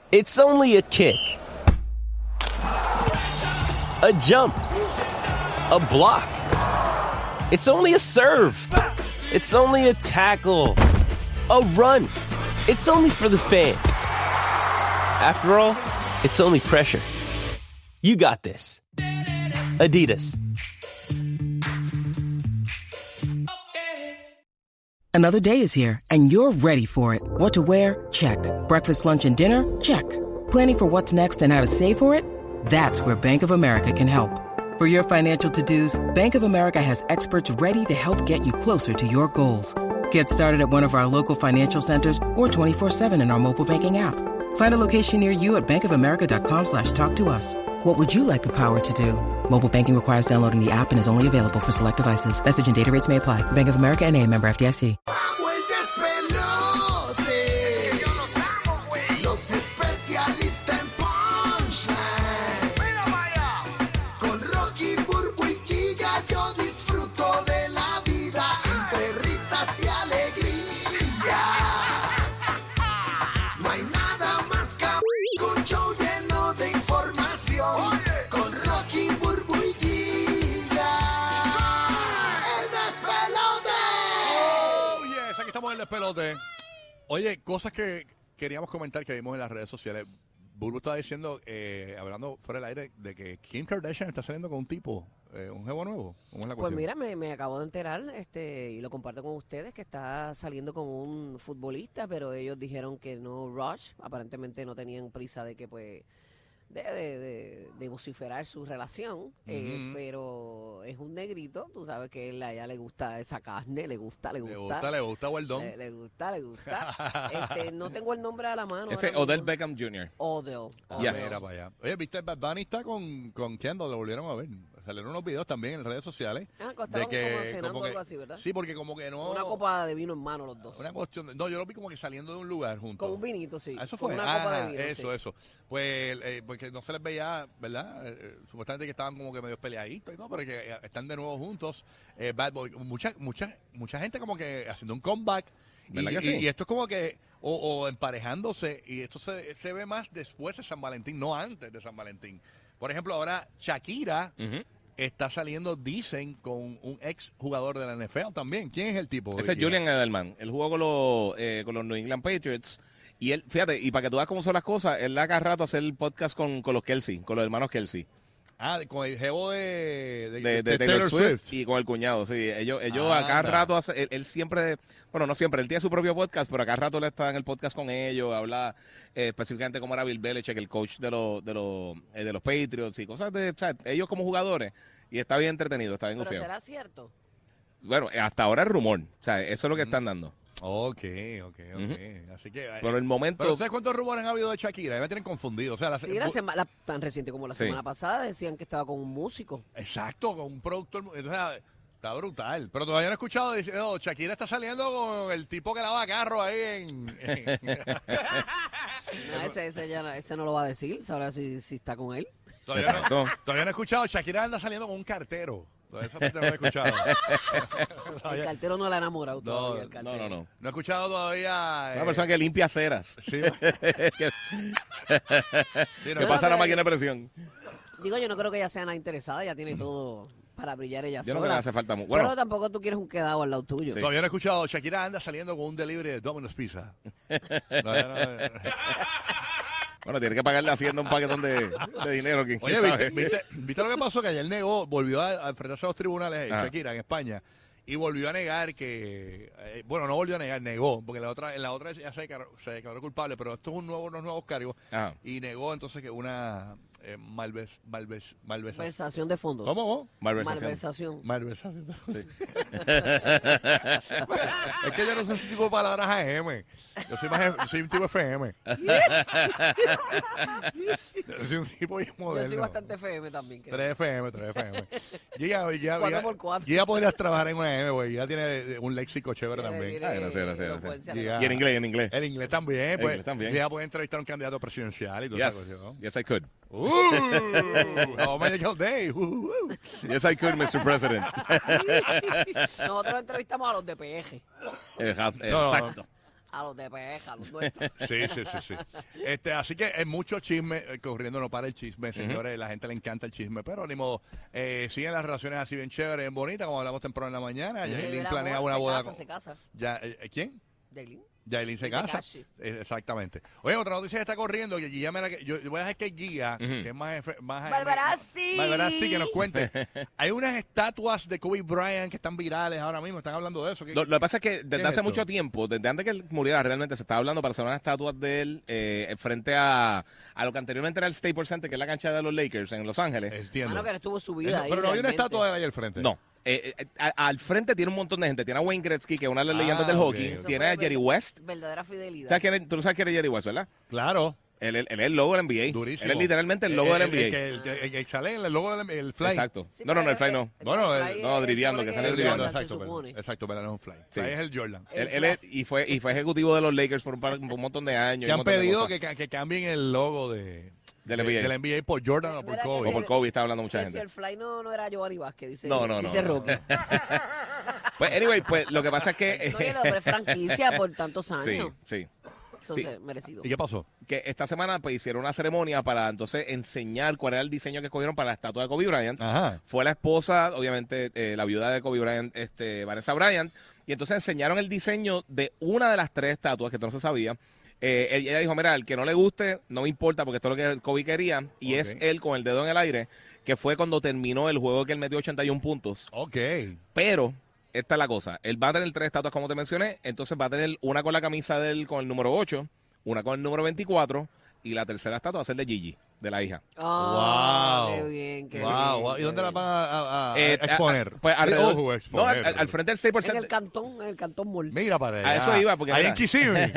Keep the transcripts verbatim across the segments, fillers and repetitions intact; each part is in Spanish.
It's only a kick. A jump. A block. It's only a serve. It's only a tackle. A run. It's only for the fans. After all, it's only pressure. You got this. Adidas. Another day is here, and you're ready for it. What to wear? Check. Breakfast, lunch, and dinner? Check. Planning for what's next and how to save for it? That's where Bank of America can help. For your financial to-dos, Bank of America has experts ready to help get you closer to your goals. Get started at one of our local financial centers or twenty-four seven in our mobile banking app. Find a location near you at bankofamerica.com slash talk to us. What would you like the power to do? Mobile banking requires downloading the app and is only available for select devices. Message and data rates may apply. Bank of America N A, member F D I C. Los especialistas en punchline. Con Rocky, Burbu y Giga yo disfruto de la vida entre risas y alegrías. No hay nada más que un show lleno de información. Con Rocky, Burbu y Giga. El despelote. Oh, yes, aquí estamos en el despelote. Oye, cosas que queríamos comentar que vimos en las redes sociales. Burbu estaba diciendo, eh, hablando fuera del aire, de que Kim Kardashian está saliendo con un tipo, eh, un jevo nuevo. ¿Cómo es la Pues cuestión? mira, me, me acabo de enterar este y lo comparto con ustedes que está saliendo con un futbolista, pero ellos dijeron que no rush, aparentemente no tenían prisa de que pues de, de, de, de vociferar su relación, eh, Ujú. pero es un negrito, tú sabes que él, a ella le gusta esa carne, le gusta, le gusta. Le gusta, le gusta Weldon. Le, le gusta, le gusta. Este, no tengo el nombre a la mano. Ese ahora Odell mismo. Beckham junior Odell. Ah, Yes. mira para allá. Oye, ¿viste? Bad Bunny está con, con Kendall, lo volvieron a ver. Salieron unos videos también en redes sociales. Ah, estaban como cenando algo así, ¿verdad? Sí, porque como que no... Una copa de vino en mano los dos. Una cuestión de- no, yo lo vi como que saliendo de un lugar juntos. Con un vinito, sí. Ah, eso Con fue. una copa Ah, de vino, eso, sí. eso. Pues, eh, porque no se les veía, ¿verdad? Eh, eh, supuestamente que estaban como que medio peleaditos, ¿no? Pero que eh, están de nuevo juntos. Eh, Bad Boy, mucha, mucha, mucha gente como que haciendo un comeback. Y, ¿Verdad que y- sí? y esto es como que, o, o emparejándose, y esto se, se ve más después de San Valentín, no antes de San Valentín. Por ejemplo, ahora Shakira Ujú. está saliendo, dicen, con un ex jugador de la N F L también. ¿Quién es el tipo? Ese es Julian Edelman. Él jugó con los, eh, con los New England Patriots. Y él, fíjate, y para que tú veas cómo son las cosas, él da cada rato a hacer el podcast con, con los Kelsey, con los hermanos Kelsey. Ah, con el jevo de, de, De, de Taylor, Swift, y con el cuñado, sí. Ellos, ellos Ah, a cada anda. rato, hace, él, él siempre, bueno, no siempre, él tiene su propio podcast, pero a cada rato él está en el podcast con ellos, habla eh, específicamente cómo era Bill Belichick, el coach de los, de los, eh, de los Patriots y cosas de, o sea, ellos como jugadores, y está bien entretenido, está bien Pero gufiado. ¿será cierto? Bueno, hasta ahora es rumor, o sea, eso es lo que están dando. Ok, ok, ok. Ujú. Así que... eh, Por el momento, Pero ¿sabes cuántos rumores han habido de Shakira? Ya me tienen confundido. O sea, la, Sí, la sema- la- tan reciente como la Sí. semana pasada decían que estaba con un músico. Exacto, con un productor. O sea, está brutal. Pero todavía no he escuchado decir, oh, Shakira está saliendo con el tipo que lava carro ahí en... en- No, ese, ese, ya no, ese no lo va a decir, sabrá si, si está con él. todavía, no, exacto. todavía no he escuchado. Shakira anda saliendo con un cartero. Todo eso no lo he escuchado. El Todavía- cartero no le ha enamorado No, todavía. El no, cartero. no, no. no he escuchado todavía... Una eh, persona que limpia ceras. Sí, que sí, no, que Yo pasa no la creo- máquina de presión. Digo, yo no creo que ella sea nada interesada, ella tiene todo para brillar ella Yo no creo sola. que le hace falta mucho. Bueno, Pero tampoco tú quieres un quedado al lado tuyo. Sí. Todavía no he escuchado. Shakira anda saliendo con un delivery de Domino's Pizza. Todavía no- bueno, tiene que pagarle haciendo un paquetón de, de dinero. ¿Quién Oye, sabe? ¿viste, viste, viste lo que pasó? Que ayer negó, volvió a, a enfrentarse a los tribunales, Ajá. Shakira, en España, y volvió a negar que... eh, bueno, no volvió a negar, negó, porque la otra, en la otra ya se declaró, se declaró culpable, pero esto es un nuevo, unos nuevos cargos, Ajá. y negó entonces que una eh, malves, malves, malversación. Malversación de fondos. ¿Cómo vos? Malversación. Malversación. Malversación. Sí. Es que yo no soy ese tipo de palabras A M. Yo soy más, yo soy un tipo F M. Yo soy un tipo bien moderno. Yo soy bastante F M también. creo. tres F M, tres F M. Giga, Giga, Cuatro Giga- por cuatro. Giga podrías trabajar en una M, güey. Giga tiene eh, un léxico chévere Tiene- también. tiene Ah, gracias, gracias, elocuencia, gracias. Y en inglés, en inglés. El inglés también, El pues. inglés también. Giga puede entrevistar a un candidato presidencial y todo eso. Yes. Yes, I could. ¡Uh! ¡Oh, Medical Day! Uh, uh. Yes, I could, mister President. Nosotros entrevistamos a los de P G. Eja- No, Exacto. A los de Peja, a los nuestros. Sí, sí, sí, sí. Este, así que hay mucho chisme eh, corriendo, no para el chisme, señores. La gente le encanta el chisme, pero ni modo. Eh, siguen las relaciones así bien chéveres, bien bonitas, como hablamos temprano en la mañana. El Yailin amor planea se una boda. casa, con- se casa. Ya, eh, ¿Quién? Yailin. Yailin se Y casa. Tekashi. Eh, Exactamente. Oye, otra noticia que está corriendo, que Guía me la, yo, yo voy a dejar que Guía, Ujú. que es más... efe- más Barbarazzi. Barbarazzi, que nos cuente. Hay unas estatuas de Kobe Bryant que están virales ahora mismo, están hablando de eso. ¿Qué- Lo, lo que pasa es que ¿Qué desde es hace esto? mucho tiempo, desde antes que él muriera, realmente se estaba hablando para hacer unas estatuas de él eh, frente a, a lo que anteriormente era el Staples Center, que es la cancha de los Lakers en Los Ángeles. Entiendo. Mano, que él estuvo su vida Eso- ahí. pero no hay una realmente. estatua de él ahí al frente. No. Eh, eh, a- al frente tiene un montón de gente. Tiene a Wayne Gretzky, que es una de las Ah, leyendas del ok, hockey. ok. Eso Tiene fue a Jerry ver- West. Verdadera fidelidad. ¿Sabes quién es? Tú no sabes quién es Jerry West, ¿verdad? Claro. Él, él- él es el logo del N B A. Durísimo. Él es literalmente el logo Eh, del eh, N B A. El, que- el que- el que sale en el logo del el fly. Exacto. Sí, no, no, no, pero el Fly es- no. el Bueno, Fly el- es no, driviando, sobre que sale el driviando. Jordan, se Exacto, pero, supone. exacto, pero no es un fly. Sí. Fly es el Jordan. Él, El él es- Fly. y, fue, y fue ejecutivo de los Lakers por un, par- por un montón de años. y Que un han montón de pedido cosas. que, ca- que cambien el logo de, Del N B A. del N B A por Jordan o por Mira que Kobe. O por Kobe está hablando mucha Que si gente. el Fly no, no era Giovanni Vázquez, dice, No, no, no, dice no. Rocky. Pues, anyway, pues lo que pasa es que... No, que lo de franquicia por tantos sí, años. sí. Entonces, merecido. ¿Y qué pasó? Que esta semana pues, hicieron una ceremonia para entonces enseñar cuál era el diseño que escogieron para la estatua de Kobe Bryant. Ajá. Fue la esposa, obviamente, eh, la viuda de Kobe Bryant, este, Vanessa Bryant, y entonces enseñaron el diseño de una de las tres estatuas que tú no se sabía. Eh, ella dijo, mira, el que no le guste, no me importa, porque esto es lo que Kobe quería, y Ok. es él con el dedo en el aire, que fue cuando terminó el juego que él metió ochenta y uno puntos. Ok. Pero, esta es la cosa, él va a tener tres estatuas, como te mencioné, entonces va a tener una con la camisa de él con el número ocho, una con el número veinticuatro, y la tercera estatua va a ser de Gigi, de la hija. Ah, Wow. qué bien, qué Wow, bien, wow. ¿Y qué dónde la bien. van a, a- a Eh, exponer? a- a- pues Sí, alrededor, ojo, no, exponer. al, al frente del Staples En el Center. cantón, en el cantón Mall. Mira para allá. A eso iba, porque Ahí mira. en Kissimmee,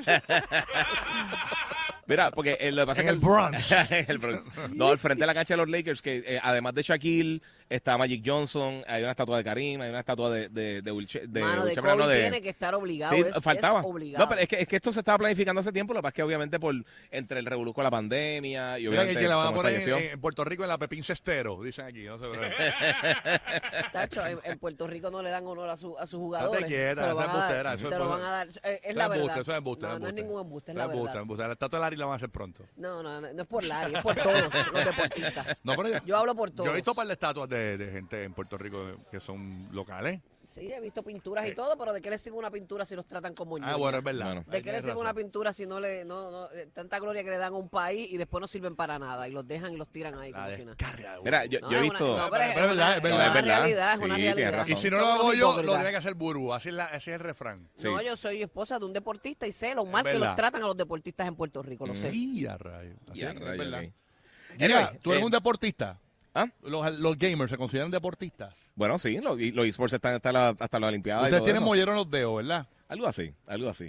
Mira, porque eh, lo que pasa en es el que... Bronx. el Bronx. No, al frente de la cancha de los Lakers, que eh, además de Shaquille, está Magic Johnson, hay una estatua de Karim, hay una estatua de, de, de, Wilche- de Mano, de Wilcher, Kobe no, de- tiene que estar obligado. Sí, es, faltaba. es obligado. No, pero es que, es que esto se estaba planificando hace tiempo, lo que pasa es que obviamente por entre el revolú con la pandemia y Mira obviamente que, que la van a como poner en, falleció. en Puerto Rico en la Pepín Cestero, dicen aquí. No sé, pero- Tacho, en, en Puerto Rico no le dan honor a, su, a sus jugadores. quieta, se esa lo van a embustera, dar. eso Se es lo por- van a dar. Eh, es Eso la es embuste, verdad. eso es embuste, no, eso no es ningún embuste, es la embuste, verdad. embuste. La estatua de Larry la van a hacer pronto. No, no, no, no es por Larry, es por todos los deportistas. No, pero yo, Yo hablo por todos. yo he visto un par de estatuas de, de gente en Puerto Rico que son locales. Sí, he visto pinturas y todo, pero ¿de qué le sirve una pintura si los tratan como Ah, ñoños? bueno, es verdad. Bueno. ¿De Ahí qué le tienes sirve razón. una pintura si no le no, no, eh, tanta gloria que le dan a un país y después no sirven para nada y los dejan y los tiran ahí La como si nada? descarga, Mira, yo, No, yo he es visto... una, no, pero es, pero es una- verdad, es verdad. una Es verdad. realidad, es una Sí, tienes realidad. razón. Y si no Somos lo hago unos yo, lo hipócritas. tiene que hacer Buru. Así es, la, así es el refrán. Sí. No, yo soy esposa de un deportista y sé lo mal que verdad. los tratan a los deportistas en Puerto Rico, lo sé. Y a rayos. Así Ya, es, es rayos, verdad. ok. Mira, Anyway, tú eres eh, un deportista. ¿Ah? Los, los gamers se consideran deportistas. Bueno, sí, los, y los esports están hasta la, hasta la Olimpiada. y Ustedes todo tienen eso. mollero en los dedos, ¿verdad? Algo así, algo así.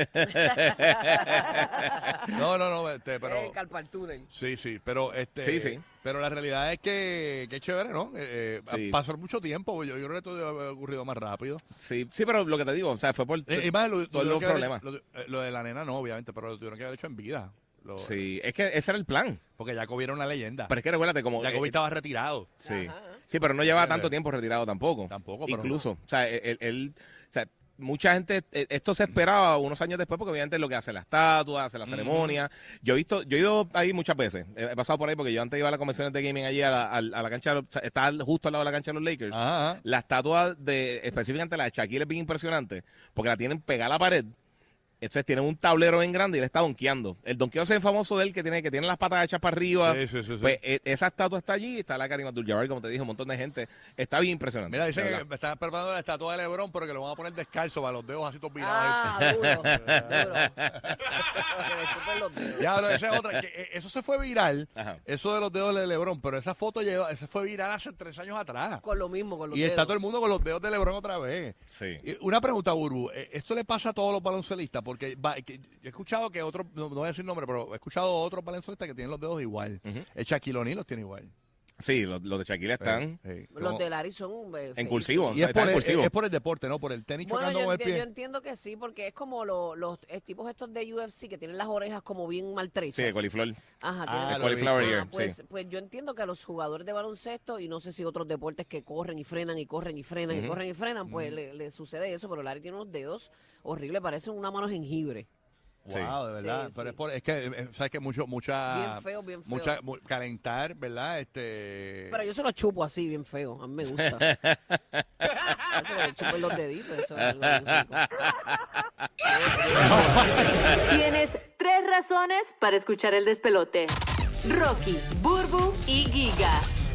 No, no, no, este, pero... Eh, carpal túnel. Sí, sí, pero este, Sí, sí. pero la realidad es que, que es chévere, ¿no? Eh, eh, Sí. Pasó mucho tiempo, yo, yo creo que esto debe haber ocurrido más rápido. Sí, sí, pero lo que te digo, o sea, fue por Eh, y más, lo, todos lo los que haber problemas. hecho- Lo, eh, lo de la nena no, obviamente, pero lo tuvieron que haber hecho en vida. Lo- Sí, es que ese era el plan. Porque Jacobi era una leyenda. Pero es que recuérdate, como... Jacobi eh, estaba retirado. Sí. Ajá. Sí, pero no lleva Eh, tanto tiempo retirado tampoco. Tampoco, pero- Incluso, o sea, él, él- o sea, mucha gente, eh, esto se esperaba unos años después porque obviamente es lo que hace la estatua, hace la ceremonia. Yo he visto, yo he ido ahí muchas veces, he he pasado por ahí porque yo antes iba a las convenciones de gaming allí a la, a, a la cancha, de los- o sea, está justo al lado de la cancha de los Lakers. Ajá, ajá. La estatua de, específicamente la de Shaquille es bien impresionante porque la tienen pegada a la pared. Entonces tienen un tablero bien grande y él está donkeando. El donkeo ese famoso de él que tiene, que tiene las patas hechas para arriba. Sí, sí, sí, sí. Pues e- esa estatua está allí, está la Karim Abdul-Jabbar, como te dije, un montón de gente. Está bien impresionante. Mira, dicen de que verdad. me están preparando la estatua de LeBron, pero que lo van a poner descalzo para los dedos así todos virados. Ah, duro, duro. Que le chupen los dedos. Ya, pero esa es otra. que, eh, eso se fue viral, Ajá. eso de los dedos de LeBron, pero esa foto lleva, esa fue viral hace tres años atrás. Con lo mismo, con los Y está dedos. todo el mundo con los dedos de LeBron otra vez. Sí. Y una pregunta, Buru. eh, ¿Esto le pasa a todos los baloncelistas? Porque va- que- yo he escuchado que otros, no, no voy a decir nombre, pero he escuchado otros baloncelistas que tienen los dedos igual. Ujú. El Shaquille O'Neal los tiene igual. Sí, los, los de Shaquille están Sí, sí. Los Como- de Larry son eh, en feísimos. cursivo. O Y sea, es están por, en el, cursivo. es por el deporte, ¿no? Por el tenis Bueno, chocando yo, con el enti- pie. yo entiendo que sí, porque es como lo- los eh, tipos estos de U F C que tienen las orejas como bien maltrechas. Sí, de coliflor. Ajá, Ah, tienen- De lo cauliflower Ah, ear, pues, sí. pues yo entiendo que a los jugadores de baloncesto y no sé si otros deportes que corren y frenan y corren y frenan y Ujú. corren y frenan, pues le, le sucede eso, pero Larry tiene unos dedos horribles, parecen una mano jengibre. Sí. Wow, de verdad. Sí, Pero sí. es, por, es que, eh, sabes que mucho, mucha. Bien feo, bien feo. Mucha, mu- calentar, ¿verdad? Este. Pero yo se los chupo así, bien feo, a mí me gusta. Eso que le chupo en los deditos, eso es algo bien rico. Tienes tres razones para escuchar el despelote. Rocky, Burbu y Giga.